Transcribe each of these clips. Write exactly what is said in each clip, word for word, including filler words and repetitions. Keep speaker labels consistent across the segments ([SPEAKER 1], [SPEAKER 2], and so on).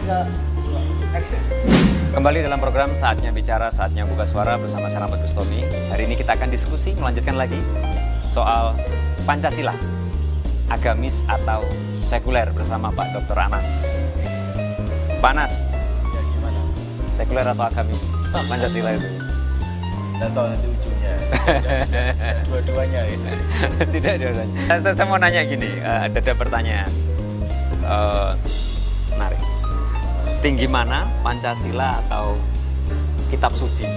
[SPEAKER 1] Kembali dalam program Saatnya Bicara, Saatnya Buka Suara bersama saya Rahmat Bustomi. Hari ini kita akan diskusi, melanjutkan lagi soal Pancasila, agamis atau sekuler bersama Pak Doktor Anas. Pak Anas,
[SPEAKER 2] ya, gimana?
[SPEAKER 1] Sekuler atau agamis Pancasila itu?
[SPEAKER 2] Dan tahu nanti ujungnya. Dua-duanya itu.
[SPEAKER 1] Tidak, dua-duanya. Saya, saya mau nanya gini, uh, ada, ada pertanyaan. Uh, menarik. Tinggi mana, Pancasila atau kitab suci?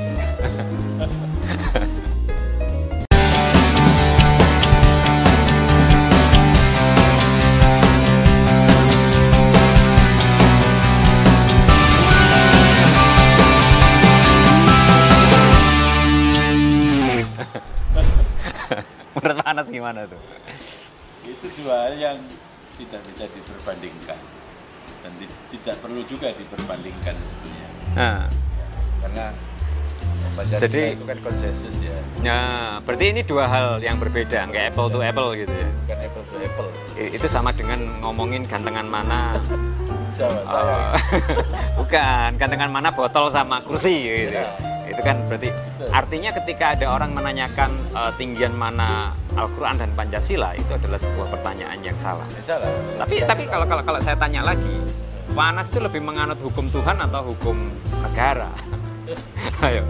[SPEAKER 1] Menurut Pak Anas gimana tuh?
[SPEAKER 2] Itu dua hal yang tidak bisa diperbandingkan dan di, tidak perlu juga diperbandingkan sebetulnya.
[SPEAKER 1] Nah,
[SPEAKER 2] Karena Pancasila
[SPEAKER 1] Jadi,
[SPEAKER 2] itu kan konsensus ya,
[SPEAKER 1] nah, berarti ini dua hal yang berbeda, nggak apple to apple gitu ya?
[SPEAKER 2] bukan apple to apple.
[SPEAKER 1] I- Itu sama dengan ngomongin gantengan mana,
[SPEAKER 2] Sama saya.
[SPEAKER 1] uh, bukan, gantengan mana botol sama kursi gitu.
[SPEAKER 2] Ya.
[SPEAKER 1] Itu kan berarti,
[SPEAKER 2] Betul.
[SPEAKER 1] artinya ketika ada orang menanyakan uh, tinggian mana Al-Quran dan Pancasila, itu adalah sebuah pertanyaan yang salah.
[SPEAKER 2] Ya, salah.
[SPEAKER 1] Tapi tapi kalau kalau kalau saya tanya lagi, Pak Anas itu lebih menganut hukum Tuhan atau hukum negara? Ayo.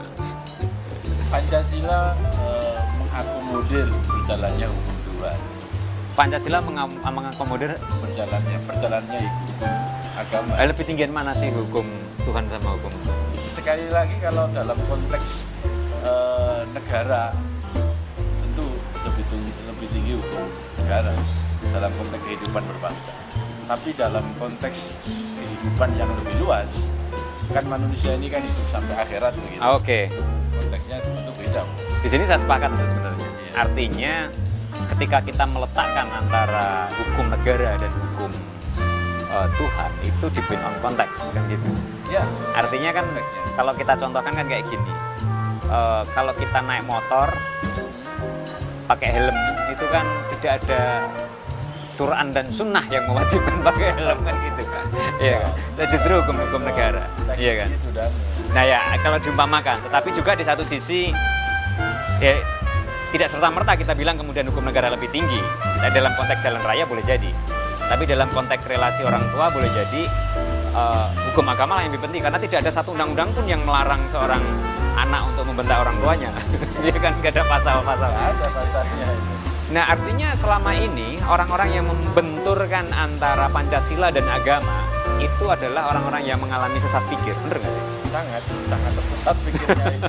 [SPEAKER 2] Pancasila eh, mengakomodir berjalannya hukum Tuhan,
[SPEAKER 1] Pancasila mengam- mengakomodir
[SPEAKER 2] berjalannya perjalannya hukum agama.
[SPEAKER 1] eh, lebih tinggian mana sih hukum Tuhan sama hukum?
[SPEAKER 2] Sekali lagi kalau dalam konteks eh, negara tentu lebih tinggi, lebih tinggi hukum negara dalam konteks kehidupan berbangsa. Tapi dalam konteks kehidupan yang lebih luas, kan manusia ini kan hidup sampai akhirat begitu.
[SPEAKER 1] Ah, Oke,
[SPEAKER 2] Konteksnya tentu beda.
[SPEAKER 1] di sini saya sepakat itu sebenarnya.
[SPEAKER 2] Iya.
[SPEAKER 1] Artinya ketika kita meletakkan antara hukum negara dan hukum eh, Tuhan itu depend on konteks kan gitu.
[SPEAKER 2] Ya,
[SPEAKER 1] Artinya kan
[SPEAKER 2] konteksnya.
[SPEAKER 1] kalau kita contohkan kan kayak gini. Eh, kalau kita naik motor pakai helm itu kan tidak ada Quran dan Sunnah yang mewajibkan pakai helm kan gitu kan. Iya kan. Itu justru hukum-hukum negara.
[SPEAKER 2] Teknis
[SPEAKER 1] Iya kan.
[SPEAKER 2] itu dan
[SPEAKER 1] Nah ya kalau diumpamakan, tetapi juga di satu sisi ya tidak serta-merta kita bilang kemudian hukum negara lebih tinggi. Nah, dalam konteks jalan raya boleh jadi, tapi dalam konteks relasi orang tua boleh jadi eh, hukum agama lah yang lebih penting karena tidak ada satu undang-undang pun yang melarang seorang anak untuk membentak orang tuanya. Dia kan nggak ada pasal-pasal.
[SPEAKER 2] nggak ada pasalnya itu.
[SPEAKER 1] Nah artinya selama ini orang-orang yang membenturkan antara Pancasila dan agama itu adalah orang-orang yang mengalami sesat pikir, bener nggak sih?
[SPEAKER 2] Sangat, sangat tersesat pikirnya itu.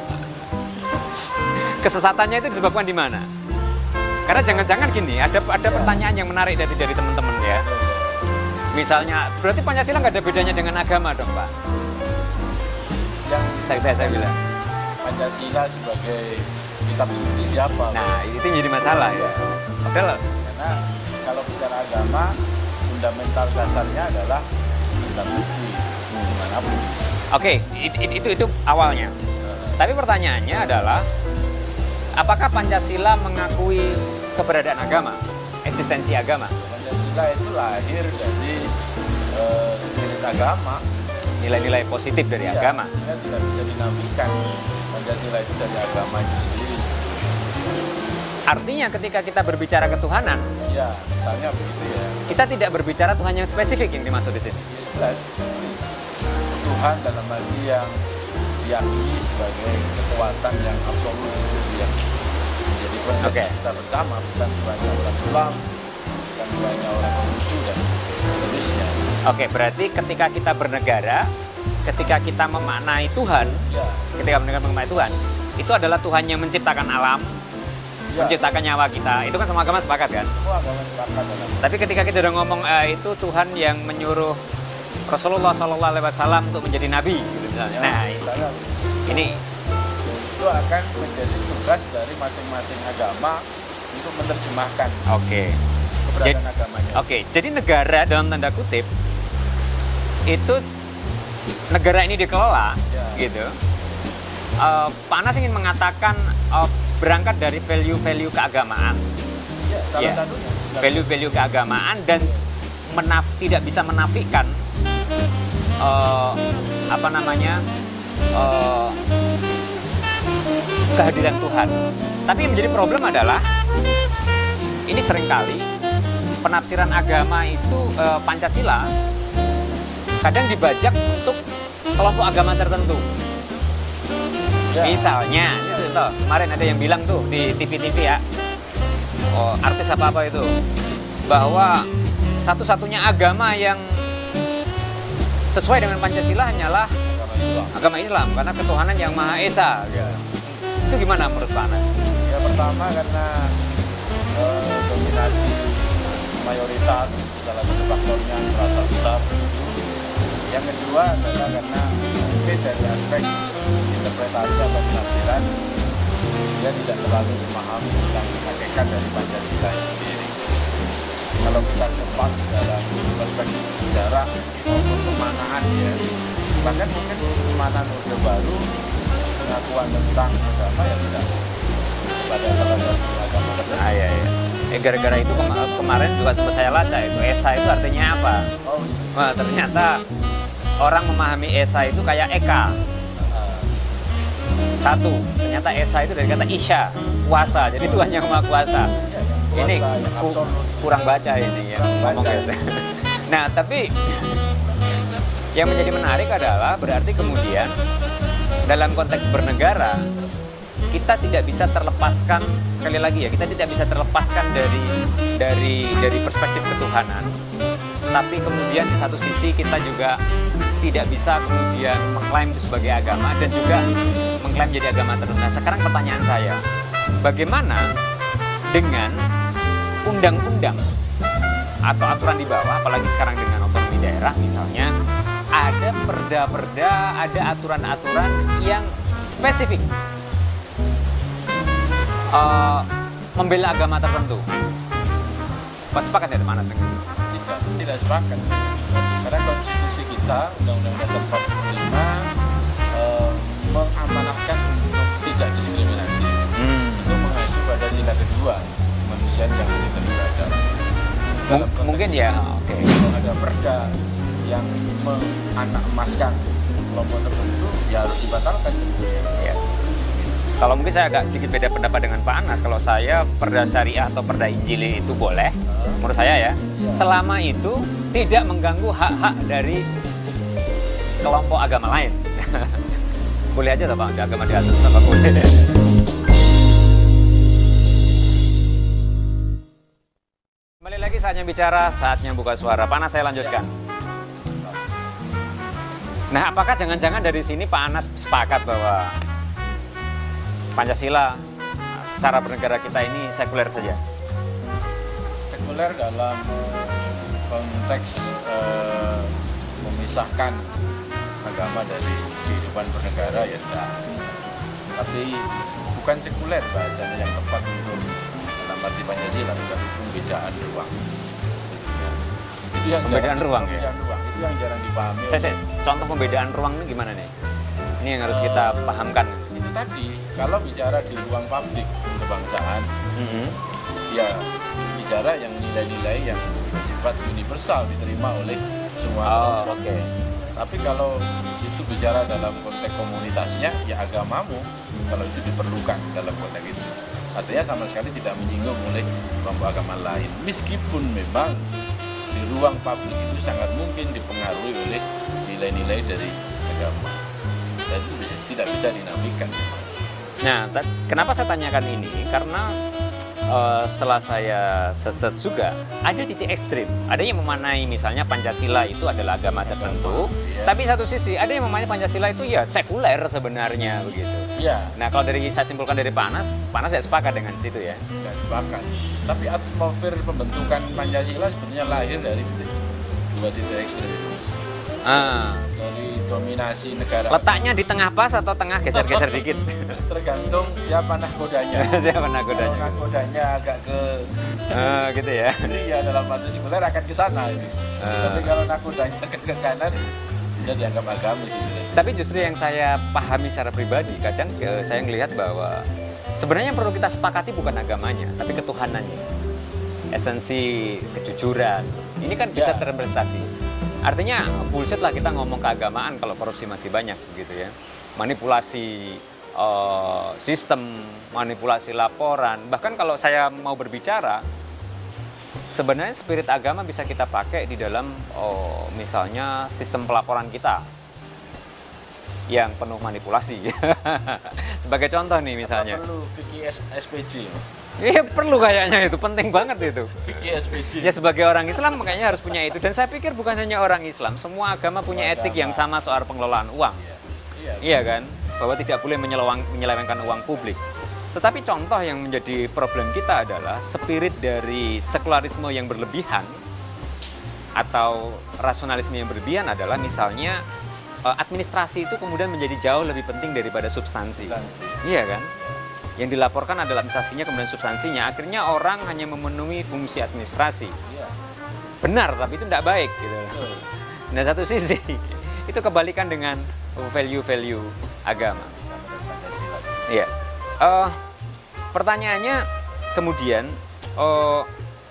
[SPEAKER 1] Kesesatannya itu disebabkan di mana? Karena jangan-jangan gini, ada ada pertanyaan yang menarik dari dari teman-teman ya. Misalnya, berarti Pancasila nggak ada bedanya dengan agama dong, Pak?
[SPEAKER 2] Yang
[SPEAKER 1] Saya, saya bilang.
[SPEAKER 2] Pancasila sebagai kitab suci siapa?
[SPEAKER 1] Nah, itu menjadi masalah ya. Padahal,
[SPEAKER 2] Karena kalau bicara agama, fundamental dasarnya adalah kitab suci dimanapun.
[SPEAKER 1] oke, it- it- itu itu awalnya. Tapi pertanyaannya adalah, apakah Pancasila mengakui keberadaan agama, eksistensi agama,
[SPEAKER 2] Pancasila itu lahir dari eh, spirit agama.
[SPEAKER 1] nilai-nilai positif dari
[SPEAKER 2] Ya,
[SPEAKER 1] agama?
[SPEAKER 2] sehingga tidak bisa dinafikan Pancasila itu dari agama itu sendiri.
[SPEAKER 1] Artinya ketika kita berbicara ketuhanan,
[SPEAKER 2] Ya, misalnya begitu ya.
[SPEAKER 1] kita tidak berbicara Tuhan yang spesifik yang dimaksud di sini.
[SPEAKER 2] Ya, jelas. Tuhan dalam arti yang diyakini sebagai kekuatan yang absolut itu yang menjadi konsep
[SPEAKER 1] Oke.
[SPEAKER 2] kita bersama, bukan hanya orang Islam, bukan hanya orang Konghucu dan seterusnya.
[SPEAKER 1] Oke, berarti ketika kita bernegara, ketika kita memaknai Tuhan,
[SPEAKER 2] Ya,
[SPEAKER 1] ketika mendengar mengenai Tuhan, itu adalah Tuhan yang menciptakan alam,
[SPEAKER 2] ya,
[SPEAKER 1] menciptakan nyawa kita. Itu kan semua agama sepakat kan?
[SPEAKER 2] semua agama sepakat dalam
[SPEAKER 1] Tapi ketika kita udah ngomong eh, itu Tuhan yang menyuruh Rasulullah Shallallahu Alaihi Wasallam untuk menjadi nabi, gitu misalnya.
[SPEAKER 2] ya,
[SPEAKER 1] Nah,
[SPEAKER 2] misalnya
[SPEAKER 1] ini
[SPEAKER 2] itu akan menjadi tugas dari masing-masing agama untuk menerjemahkan
[SPEAKER 1] oke.
[SPEAKER 2] keberadaan
[SPEAKER 1] Jadi-
[SPEAKER 2] agamanya.
[SPEAKER 1] Oke, jadi negara dalam tanda kutip itu negara ini dikelola,
[SPEAKER 2] Ya.
[SPEAKER 1] gitu. Eh, Pak Anas ingin mengatakan eh, berangkat dari value-value keagamaan,
[SPEAKER 2] Ya, salah
[SPEAKER 1] Ya.
[SPEAKER 2] satunya.
[SPEAKER 1] value-value keagamaan dan menaf tidak bisa menafikan uh, apa namanya uh, kehadiran Tuhan. Tapi yang menjadi problem adalah ini seringkali penafsiran agama itu uh, Pancasila kadang dibajak untuk kelompok agama tertentu. Ya. Misalnya, ya. Itu, kemarin ada yang bilang tuh di T V T V ya, oh, artis apa-apa itu, bahwa satu-satunya agama yang sesuai dengan Pancasila hanyalah agama Islam, agama Islam karena ketuhanan yang Maha Esa. Ya. Itu gimana menurut Pak Anas?
[SPEAKER 2] Ya pertama karena eh, dominasi mayoritas salah satu faktornya merasa besar. Yang kedua adalah karena mungkin dari aspek interpretasi atau penafsiran dia tidak terlalu memahami tentang hakikat dari Pancasila itu sendiri. Kalau kita lepas dalam perspektif sejarah maupun kemanaan ya, bahkan mungkin kemanaan Orde Baru pengakuan tentang agama yang tidak pada salah satu agama tertentu.
[SPEAKER 1] Ah, iya, iya. Eh, gara-gara itu kema kemarin juga sempat saya laca itu Esa itu artinya apa? Oh, wah, ternyata orang memahami Esa itu kayak Eka. Satu, ternyata Esa itu dari kata Isya, kuasa. Jadi Tuhan yang Maha Kuasa. Ini ku, kurang baca ini ya ngomong gitu. Nah, tapi yang menjadi menarik adalah berarti kemudian dalam konteks bernegara kita tidak bisa terlepaskan, sekali lagi ya, kita tidak bisa terlepaskan dari dari dari perspektif ketuhanan. Tapi kemudian di satu sisi kita juga tidak bisa kemudian mengklaim itu sebagai agama dan juga mengklaim jadi agama tertentu. Nah, sekarang pertanyaan saya, bagaimana dengan undang-undang atau aturan di bawah, apalagi sekarang dengan otonomi daerah misalnya, ada perda-perda, ada aturan-aturan yang spesifik uh, membela agama tertentu. Pas sepakat ya Pak Anas dengan itu?
[SPEAKER 2] Tidak, tidak sepakat. Karena konstitusi kita, Undang-Undang Dasar empat puluh lima, eh, mengamanatkan untuk tidak diskriminasi. Hmm. Itu mengacu pada sila kedua, kemanusiaan yang adil dan beradab.
[SPEAKER 1] M mungkin ya, oke. Okay.
[SPEAKER 2] Kalau ada perda yang menganak emaskan kelompok tertentu, ya harus dibatalkan.
[SPEAKER 1] Ya. Kalau mungkin saya agak sedikit beda pendapat dengan Pak Anas. Kalau saya perda syariah atau perda Injil itu boleh, uh. menurut saya ya, ya, selama itu tidak mengganggu hak-hak dari kelompok agama lain. Boleh aja toh Pak, agama diatur sama boleh. Kembali lagi saatnya bicara, saatnya buka suara. Pak Anas, saya lanjutkan. Nah, apakah jangan-jangan dari sini Pak Anas sepakat bahwa Pancasila, cara bernegara kita ini sekuler saja?
[SPEAKER 2] Sekuler dalam konteks eh, memisahkan agama dari kehidupan bernegara ya tidak. Tapi bukan sekuler bahasanya yang tepat untuk dalam arti Pancasila, tetapi pembedaan ruang. Itu yang
[SPEAKER 1] pembedaan
[SPEAKER 2] jarang,
[SPEAKER 1] ruang
[SPEAKER 2] pembedaan
[SPEAKER 1] ya?
[SPEAKER 2] Ruang. Itu yang jarang dipahami.
[SPEAKER 1] Saya, saya, contoh pembedaan ruang ini gimana nih? Ini yang harus kita pahamkan.
[SPEAKER 2] Itu tadi, kalau bicara di ruang publik kebangsaan, mm-hmm. ya bicara yang nilai-nilai yang bersifat universal diterima oleh semua
[SPEAKER 1] oh, oke. Okay.
[SPEAKER 2] Tapi kalau itu bicara dalam konteks komunitasnya, ya agamamu kalau itu diperlukan dalam konteks itu. Artinya sama sekali tidak menyinggung oleh kelompok agama lain. Meskipun memang di ruang publik itu sangat mungkin dipengaruhi oleh nilai-nilai dari agama. Dan itu bisa, tidak bisa dinafikan.
[SPEAKER 1] Nah, kenapa saya tanyakan ini? Karena uh, setelah saya set-set juga, ada titik ekstrim. Ada yang memanai misalnya Pancasila itu adalah agama tertentu, ya. Tapi satu sisi ada yang memanai Pancasila itu ya sekuler sebenarnya begitu.
[SPEAKER 2] Ya.
[SPEAKER 1] Nah, kalau dari saya simpulkan dari Pak Anas, Pak Anas ya sepakat dengan situ ya?
[SPEAKER 2] Tidak sepakat. Tapi atmosfer pembentukan Pancasila sebenarnya lahir dari dua titik ekstrim itu.
[SPEAKER 1] Ah.
[SPEAKER 2] Dari dominasi negara.
[SPEAKER 1] Letaknya di tengah pas atau tengah geser-geser dikit?
[SPEAKER 2] Tergantung siapa nahkodanya.
[SPEAKER 1] Siapa nahkodanya?
[SPEAKER 2] Kalau nahkodanya agak ke
[SPEAKER 1] uh, gitu ya.
[SPEAKER 2] Iya, dalam arti sekuler akan ke sana ini. Uh. Tapi kalau nahkodanya ke, ke kanan bisa dianggap agamis gitu.
[SPEAKER 1] Tapi justru yang saya pahami secara pribadi, kadang eh, saya melihat bahwa sebenarnya yang perlu kita sepakati bukan agamanya, tapi ketuhanannya. Esensi kejujuran. Ini kan bisa ya. Terrepresentasi. Artinya bullshit lah kita ngomong keagamaan kalau korupsi masih banyak gitu ya. Manipulasi uh, sistem, manipulasi laporan. Bahkan kalau saya mau berbicara, sebenarnya spirit agama bisa kita pakai di dalam oh, misalnya sistem pelaporan kita yang penuh manipulasi. Sebagai contoh nih misalnya.
[SPEAKER 2] Apa perlu Vicky S P J?
[SPEAKER 1] Iya perlu kayaknya itu, penting banget itu.
[SPEAKER 2] Vicky S P J.
[SPEAKER 1] Ya sebagai orang Islam makanya harus punya itu. Dan saya pikir bukan hanya orang Islam, semua agama punya etik yang sama soal pengelolaan uang.
[SPEAKER 2] Iya, iya,
[SPEAKER 1] iya kan? Bahwa tidak boleh menyelewang, menyelewengkan uang publik. Tetapi contoh yang menjadi problem kita adalah spirit dari sekularisme yang berlebihan atau rasionalisme yang berlebihan adalah misalnya administrasi itu kemudian menjadi jauh lebih penting daripada substansi.
[SPEAKER 2] Substansi.
[SPEAKER 1] Iya kan? Yang dilaporkan adalah administrasinya kemudian substansinya. Akhirnya orang hanya memenuhi fungsi administrasi.
[SPEAKER 2] Iya.
[SPEAKER 1] Benar, tapi itu tidak baik. Gitu.
[SPEAKER 2] Betul.
[SPEAKER 1] Nah satu sisi itu kebalikan dengan value-value agama. Iya. Uh, pertanyaannya kemudian, uh,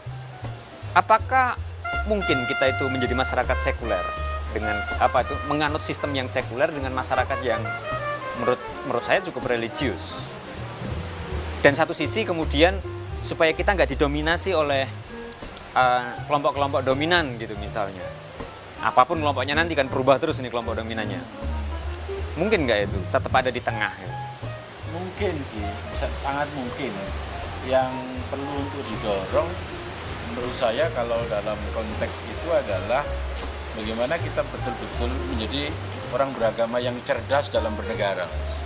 [SPEAKER 1] apakah mungkin kita itu menjadi masyarakat sekuler dengan apa itu menganut sistem yang sekuler dengan masyarakat yang menurut menurut saya cukup religius. Dan satu sisi kemudian supaya kita nggak didominasi oleh kelompok-kelompok uh, dominan gitu misalnya. Apapun kelompoknya nanti kan berubah terus ini kelompok dominannya. Mungkin nggak itu tetap ada di tengah? Ya?
[SPEAKER 2] Mungkin sih, sangat mungkin. Yang perlu untuk didorong menurut saya kalau dalam konteks itu adalah bagaimana kita betul-betul menjadi orang beragama yang cerdas dalam bernegara.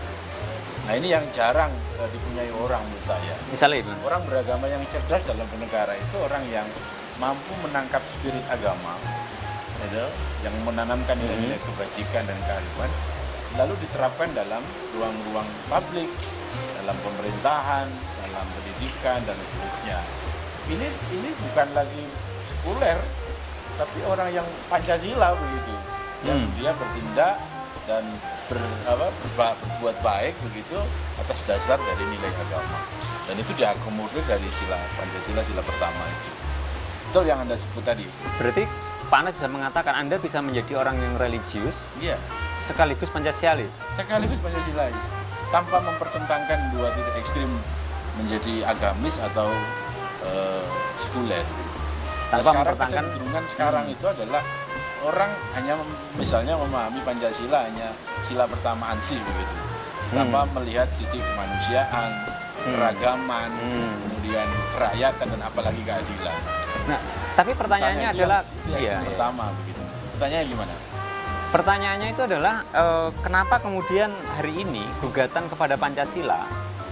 [SPEAKER 2] Nah ini yang jarang uh, dipunyai orang menurut saya.
[SPEAKER 1] Misalnya itu?
[SPEAKER 2] Orang beragama yang cerdas dalam bernegara itu orang yang mampu menangkap spirit agama, gitu, yang menanamkan nilai-nilai kebajikan dan kearifan, lalu diterapkan dalam ruang-ruang publik, dalam pemerintahan, dalam pendidikan dan seterusnya. Ini ini bukan lagi sekuler, tapi orang yang Pancasila begitu, yang
[SPEAKER 1] hmm.
[SPEAKER 2] dia bertindak dan ber, apa, berba, berbuat baik begitu atas dasar dari nilai agama, dan itu diakomodir dari sila Pancasila, sila pertama itu. Betul yang Anda sebut tadi.
[SPEAKER 1] Berarti Pak Anas bisa mengatakan Anda bisa menjadi orang yang religius,
[SPEAKER 2] iya,
[SPEAKER 1] sekaligus Pancasialis,
[SPEAKER 2] sekaligus Pancasialis, tanpa mempertentangkan dua titik ekstrim menjadi agamis atau uh, sekuler. Tanpa nah, sekarang kecenderungan sekarang hmm. itu adalah orang hanya misalnya memahami Pancasila hanya sila pertama ansih begitu, hmm. tanpa melihat sisi kemanusiaan, hmm. keragaman, hmm. kemudian kerakyatan dan apalagi keadilan.
[SPEAKER 1] Nah, tapi pertanyaannya
[SPEAKER 2] Misalnya
[SPEAKER 1] adalah
[SPEAKER 2] itu yang, itu yang
[SPEAKER 1] iya,
[SPEAKER 2] pertama iya. begitu. Pertanyaannya gimana?
[SPEAKER 1] Pertanyaannya itu adalah eh, kenapa kemudian hari ini gugatan kepada Pancasila?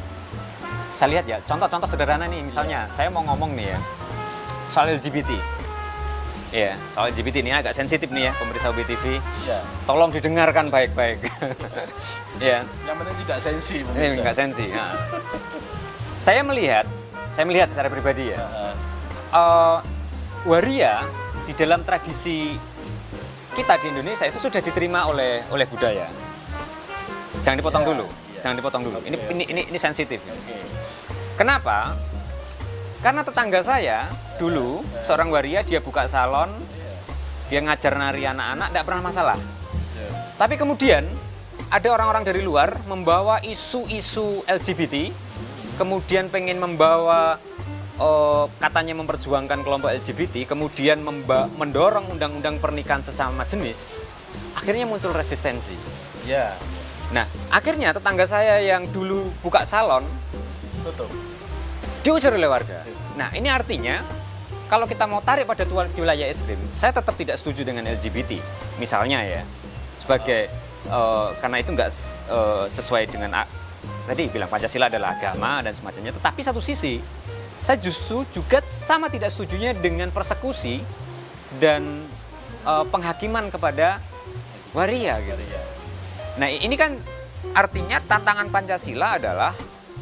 [SPEAKER 1] Saya lihat ya, contoh-contoh sederhana nih, misalnya saya mau ngomong nih ya soal L G B T. Iya, soal L G B T ini agak sensitif nih ya, pemirsa U B T V.
[SPEAKER 2] Iya.
[SPEAKER 1] Tolong didengarkan baik-baik. Iya.
[SPEAKER 2] Yang penting tidak sensi.
[SPEAKER 1] Ini nggak sensi. Nah. Saya melihat, saya melihat secara pribadi ya, uh, uh, waria di dalam tradisi kita di Indonesia itu sudah diterima oleh oleh budaya. Jangan dipotong yeah, dulu, yeah. jangan dipotong dulu. Okay. Ini ini ini, ini sensitif. Okay. Kenapa? Karena tetangga saya dulu yeah. seorang waria, dia buka salon, yeah. dia ngajar nari anak-anak, tidak pernah masalah. Yeah. Tapi kemudian ada orang-orang dari luar membawa isu-isu L G B T, kemudian pengen membawa uh, katanya memperjuangkan kelompok L G B T, kemudian mendorong undang-undang pernikahan sesama jenis, akhirnya muncul resistensi.
[SPEAKER 2] Ya.
[SPEAKER 1] Nah, akhirnya tetangga saya yang dulu buka salon,
[SPEAKER 2] betul,
[SPEAKER 1] diusir oleh warga. Nah, ini artinya kalau kita mau tarik pada wilayah ekstrim, saya tetap tidak setuju dengan L G B T, misalnya ya, sebagai uh, karena itu nggak uh, sesuai dengan tadi bilang Pancasila adalah agama dan semacamnya. Tetapi satu sisi, saya justru juga sama tidak setujunya dengan persekusi dan uh, penghakiman kepada waria gitu. Nah ini kan artinya tantangan Pancasila adalah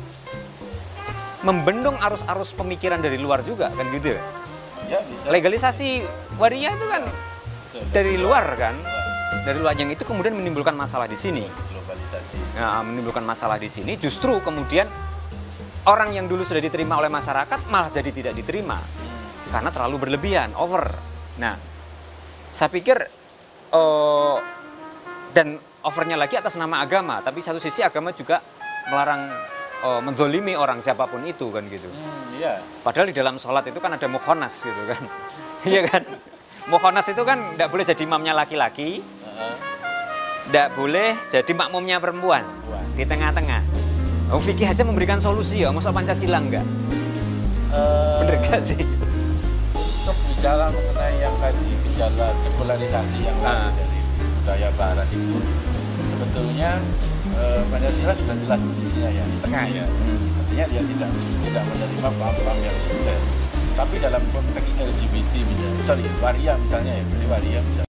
[SPEAKER 1] membendung arus-arus pemikiran dari luar juga kan gitu.
[SPEAKER 2] Ya, bisa.
[SPEAKER 1] Legalisasi waria itu kan betul, dari betul, luar kan, betul. Dari luar yang itu kemudian menimbulkan masalah di sini.
[SPEAKER 2] Globalisasi.
[SPEAKER 1] Nah, menimbulkan masalah di sini. Justru kemudian orang yang dulu sudah diterima oleh masyarakat malah jadi tidak diterima hmm. karena terlalu berlebihan, over. Nah, saya pikir uh, dan overnya lagi atas nama agama, tapi satu sisi agama juga melarang uh, mendolimi orang siapapun itu kan gitu.
[SPEAKER 2] Hmm, iya.
[SPEAKER 1] Padahal di dalam sholat itu kan ada mukhonas gitu kan, iya kan? Mukhonas itu kan tidak boleh jadi imamnya laki-laki, tidak uh-huh. boleh jadi makmumnya perempuan, uh. di tengah-tengah. Oh, fikih aja memberikan solusi ya, masa Pancasila enggak? Uh, Bener gak sih?
[SPEAKER 2] Untuk bicara mengenai yang tadi, bicara sekularisasi yang lain uh. dari budaya barat itu, sebetulnya uh, Pancasila sudah jelas posisinya ya, di tengah ya. Hmm. Artinya dia tidak tidak menerima paham-paham yang sekuler. Tapi dalam konteks L G B T, misalnya, sorry, waria misalnya ya, jadi waria misalnya.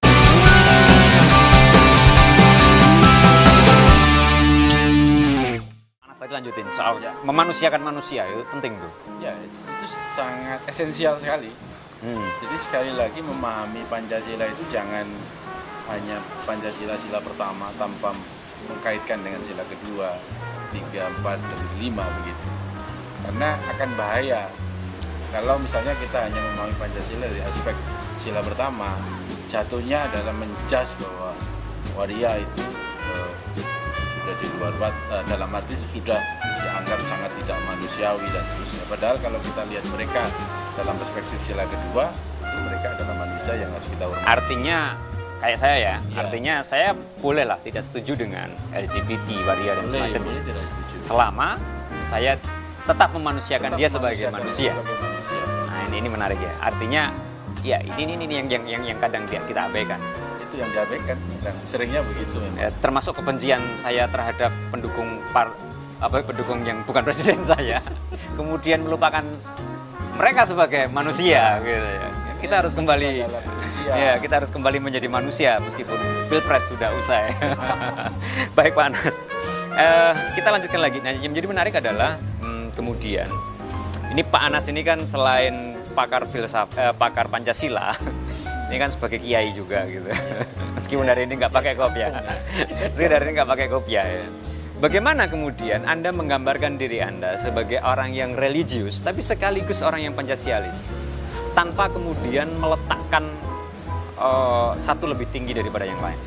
[SPEAKER 1] Tadi lanjutin soal ya. Memanusiakan manusia itu penting tuh.
[SPEAKER 2] Ya, itu sangat esensial sekali. Hmm. Jadi sekali lagi memahami Pancasila itu jangan hanya Pancasila sila pertama tanpa mengkaitkan dengan sila kedua, tiga, empat, dan lima begitu. Karena akan bahaya kalau misalnya kita hanya memahami Pancasila dari aspek sila pertama, jatuhnya adalah menjudge bahwa waria itu uh, sudah di luar bat, uh, dalam arti sudah dianggap sangat tidak manusiawi dan seterusnya. Padahal kalau kita lihat mereka dalam perspektif sila kedua, itu mereka adalah manusia yang harus kita hormati.
[SPEAKER 1] Artinya kayak saya ya, ya. Artinya saya bolehlah tidak setuju dengan L G B T, waria dan semacamnya. Selama saya tetap memanusiakan tetap dia sebagai manusia. sebagai manusia. Nah ini, ini menarik ya. Artinya ya ini ini, ini yang, yang yang yang kadang kita abaikan.
[SPEAKER 2] Itu yang diabaikan, dan seringnya begitu.
[SPEAKER 1] Ya, termasuk kebencian saya terhadap pendukung par, apa pendukung yang bukan presiden saya, kemudian melupakan mereka sebagai manusia, gitu ya. Kita harus kembali, ya kita harus kembali menjadi manusia meskipun pilpres sudah usai. Baik Pak Anas, uh, kita lanjutkan lagi. Nah, yang menjadi menarik adalah hmm, kemudian ini Pak Anas ini kan selain pakar filsafat, eh, pakar Pancasila. Ini kan sebagai kiai juga gitu. Meskipun hari ini nggak pakai kopiah. Meskipun hari ini nggak pakai kopiah ya. Bagaimana kemudian Anda menggambarkan diri Anda sebagai orang yang religius, tapi sekaligus orang yang Pancasialis, tanpa kemudian meletakkan uh, satu lebih tinggi daripada yang lain?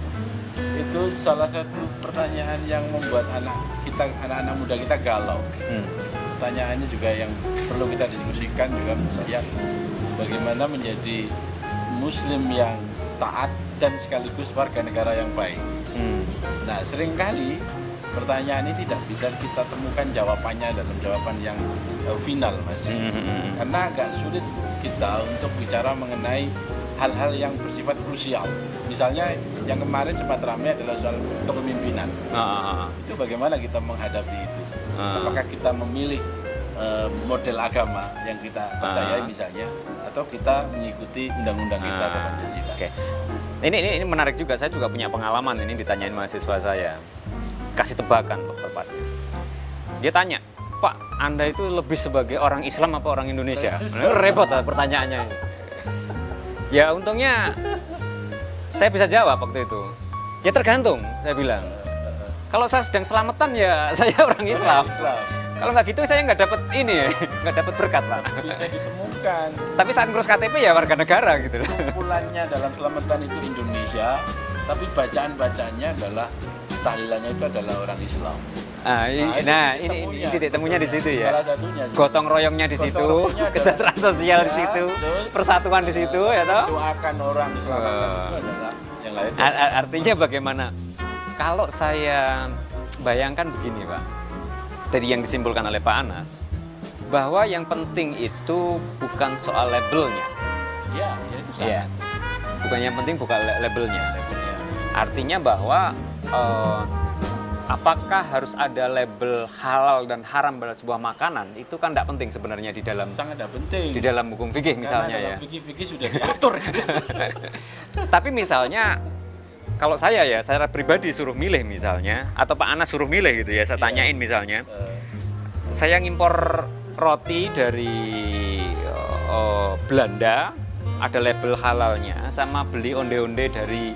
[SPEAKER 2] Itu salah satu pertanyaan yang membuat anak kita, anak-anak muda kita galau. Hmm. Pertanyaannya juga yang perlu kita diskusikan juga menurut saya, bagaimana menjadi Muslim yang taat dan sekaligus warga negara yang baik. Hmm. Nah, seringkali pertanyaan ini tidak bisa kita temukan jawabannya dalam jawaban yang uh, final, Mas. Hmm. Karena agak sulit kita untuk bicara mengenai hal-hal yang bersifat krusial. Misalnya yang kemarin sempat ramai adalah soal kepemimpinan. Ah. Itu bagaimana kita menghadapi itu? Ah. Apakah kita memilih uh, model agama yang kita percayai ah. misalnya, atau kita mengikuti undang-undang kita atau Pancasila?
[SPEAKER 1] Oke. Okay. Ini, ini ini menarik juga. Saya juga punya pengalaman ini ditanyain mahasiswa saya. Kasih tebakan tepatnya. Dia tanya, Pak, Anda itu lebih sebagai orang Islam apa orang Indonesia? Repot lah pertanyaannya. Ya untungnya saya bisa jawab waktu itu. Ya tergantung, saya bilang. Kalau saya sedang selamatan ya saya orang Islam. Islam. Kalau nggak gitu saya nggak dapat ini, nggak dapat berkat Pak.
[SPEAKER 2] Bisa ditemukan.
[SPEAKER 1] Tapi saat ngurus K T P ya warga negara gitu loh.
[SPEAKER 2] Kumpulannya dalam selamatan itu Indonesia, tapi bacaan-bacaannya adalah tahlilannya itu adalah orang Islam.
[SPEAKER 1] Ah, nah, nah ini, ini titik temunya di situ ya.
[SPEAKER 2] Salah satunya.
[SPEAKER 1] Gotong royongnya di situ, kesejahteraan sosial ya, di situ, betul. Persatuan di situ, ya toh.
[SPEAKER 2] Doakan orang selamatkan uh, itu adalah yang lain.
[SPEAKER 1] Artinya bagaimana? Kalau saya bayangkan begini, Pak. Tadi yang disimpulkan oleh Pak Anas, bahwa yang penting itu bukan soal labelnya.
[SPEAKER 2] Ya, ya itu sangat. Ya.
[SPEAKER 1] Bukan yang penting bukan labelnya. labelnya. Artinya bahwa uh, apakah harus ada label halal dan haram pada sebuah makanan, itu kan tidak penting sebenarnya di dalam
[SPEAKER 2] sangat tidak penting
[SPEAKER 1] di dalam hukum fikih misalnya.
[SPEAKER 2] Karena dalam
[SPEAKER 1] ya.
[SPEAKER 2] Fikih-fikih sudah diatur.
[SPEAKER 1] Tapi misalnya kalau saya ya, saya pribadi suruh milih misalnya, atau Pak Anas suruh milih gitu ya, saya tanyain yeah. misalnya, uh. saya ngimpor roti dari uh, Belanda, ada label halalnya, sama beli onde-onde dari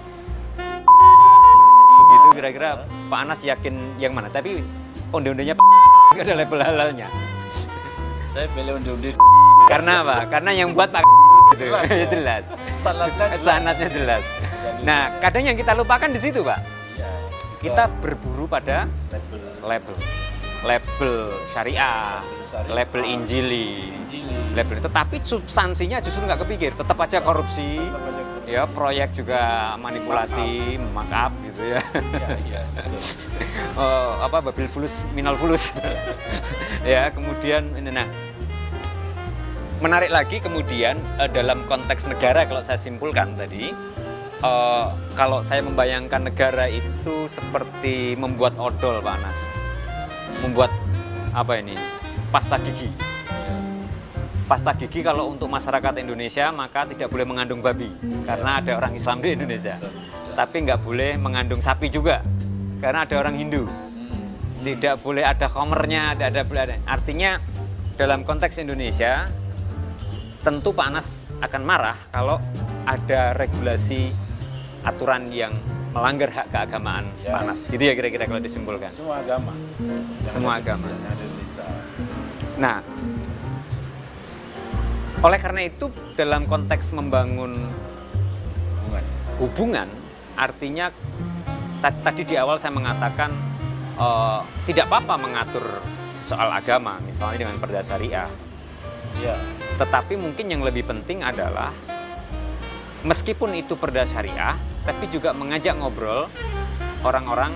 [SPEAKER 1] begitu, kira-kira Pak Anas yakin yang mana? Tapi onde-ondenya ada label halalnya.
[SPEAKER 2] Saya pilih onde-onde.
[SPEAKER 1] Karena apa? Karena yang buat Pak gitu.
[SPEAKER 2] Jelas, ya.
[SPEAKER 1] Jelas.
[SPEAKER 2] Sanatnya jelas.
[SPEAKER 1] Sanatnya jelas. Nah, kadang yang kita lupakan di situ, Pak.
[SPEAKER 2] Ya,
[SPEAKER 1] Kita berburu pada
[SPEAKER 2] label,
[SPEAKER 1] label, label syariah,
[SPEAKER 2] syariah,
[SPEAKER 1] label injili,
[SPEAKER 2] Injili.
[SPEAKER 1] label. Tetapi substansinya justru nggak kepikir. Tetap aja korupsi,
[SPEAKER 2] Tetap aja korupsi.
[SPEAKER 1] ya proyek juga manipulasi, markup gitu ya.
[SPEAKER 2] Iya, iya, betul.
[SPEAKER 1] Oh, apa babil fulus, minal fulus. Ya, kemudian ini nah. Menarik lagi kemudian eh, dalam konteks negara kalau saya simpulkan tadi. Uh, kalau saya membayangkan negara itu seperti membuat odol, Pak Anas, membuat apa ini, pasta gigi. Pasta gigi kalau untuk masyarakat Indonesia maka tidak boleh mengandung babi karena ada orang Islam di Indonesia. Tapi nggak boleh mengandung sapi juga karena ada orang Hindu. Tidak boleh ada komernya, ada ada boleh ada. Artinya dalam konteks Indonesia tentu Pak Anas akan marah kalau ada regulasi aturan yang melanggar hak keagamaan,
[SPEAKER 2] ya.
[SPEAKER 1] Pak Anas. Gitu ya kira-kira kalau disimpulkan.
[SPEAKER 2] Semua agama.
[SPEAKER 1] Semua agama.
[SPEAKER 2] Yang ada di Indonesia.
[SPEAKER 1] Nah, oleh karena itu dalam konteks membangun
[SPEAKER 2] Hubungan.
[SPEAKER 1] hubungan, artinya tadi di awal saya mengatakan uh, tidak apa-apa mengatur soal agama, misalnya dengan perda syariah.
[SPEAKER 2] Iya.
[SPEAKER 1] Tetapi mungkin yang lebih penting adalah meskipun itu perda syariah, tapi juga mengajak ngobrol orang-orang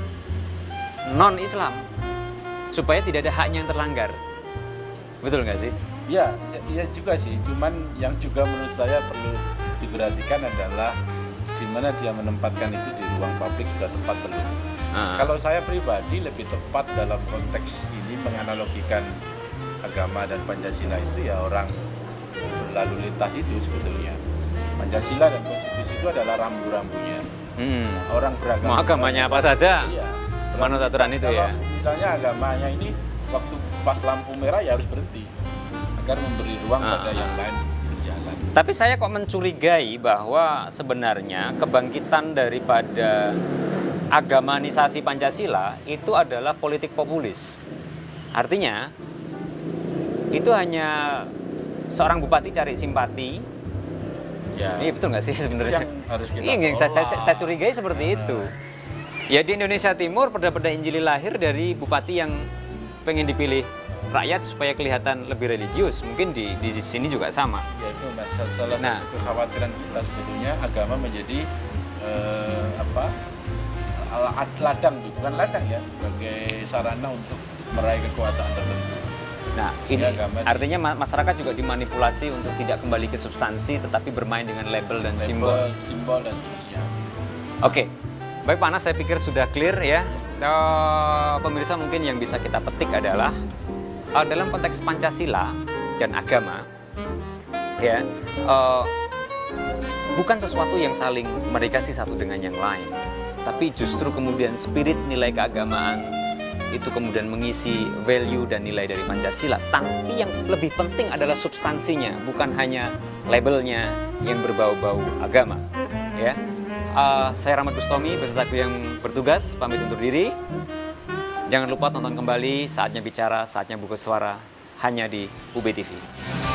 [SPEAKER 1] non-Islam supaya tidak ada haknya yang terlanggar. Betul nggak sih?
[SPEAKER 2] Ya, iya juga sih. Cuman yang juga menurut saya perlu diperhatikan adalah di mana dia menempatkan itu di ruang publik sudah tepat belum.
[SPEAKER 1] Ah.
[SPEAKER 2] Kalau saya pribadi lebih tepat dalam konteks ini menganalogikan agama dan Pancasila itu ya orang berlalu lintas itu sebetulnya. Pancasila dan konstitusi itu adalah rambu-rambunya.
[SPEAKER 1] Hmm.
[SPEAKER 2] Orang beragama.
[SPEAKER 1] Mau agamanya apa saja,
[SPEAKER 2] Iya.
[SPEAKER 1] manut aturan itu
[SPEAKER 2] Kalau
[SPEAKER 1] ya.
[SPEAKER 2] misalnya agamanya ini waktu pas lampu merah ya harus berhenti agar memberi ruang
[SPEAKER 1] Ah.
[SPEAKER 2] pada yang lain berjalan.
[SPEAKER 1] Tapi saya kok mencurigai bahwa sebenarnya kebangkitan daripada agamanisasi Pancasila itu adalah politik populis. Artinya itu hanya seorang bupati cari simpati.
[SPEAKER 2] Ya.
[SPEAKER 1] Ini betul nggak sih sebenarnya?
[SPEAKER 2] Yang harus kita
[SPEAKER 1] Ini yang saya, saya,
[SPEAKER 2] tolak.
[SPEAKER 1] saya curigai seperti itu. Ya di Indonesia Timur perda-perda Injili lahir dari bupati yang pengen dipilih rakyat supaya kelihatan lebih religius. Mungkin di di sini juga sama.
[SPEAKER 2] Ya itu mas, salah
[SPEAKER 1] Nah.
[SPEAKER 2] satu kekhawatiran kita sebetulnya agama menjadi eh, apa alat ladang, bukan ladang ya, sebagai sarana untuk meraih kekuasaan tertentu.
[SPEAKER 1] Nah, ini
[SPEAKER 2] Ya, agama di-
[SPEAKER 1] artinya ma- masyarakat juga dimanipulasi untuk tidak kembali ke substansi tetapi bermain dengan label dan simbol.
[SPEAKER 2] Label, simbol dan seterusnya.
[SPEAKER 1] Oke, baik Pak Anas, saya pikir sudah clear ya. Eh, pemirsa mungkin yang bisa kita petik adalah eh, dalam konteks Pancasila dan agama, ya eh, bukan sesuatu yang saling merikasi satu dengan yang lain, tapi justru kemudian spirit nilai keagamaan itu kemudian mengisi value dan nilai dari Pancasila. Tapi yang lebih penting adalah substansinya, bukan hanya labelnya yang berbau-bau agama. Ya, uh, saya Rahmat Bustomi beserta kru yang bertugas pamit undur diri. Jangan lupa tonton kembali Saatnya Bicara, Saatnya Buka Suara hanya di U B T V.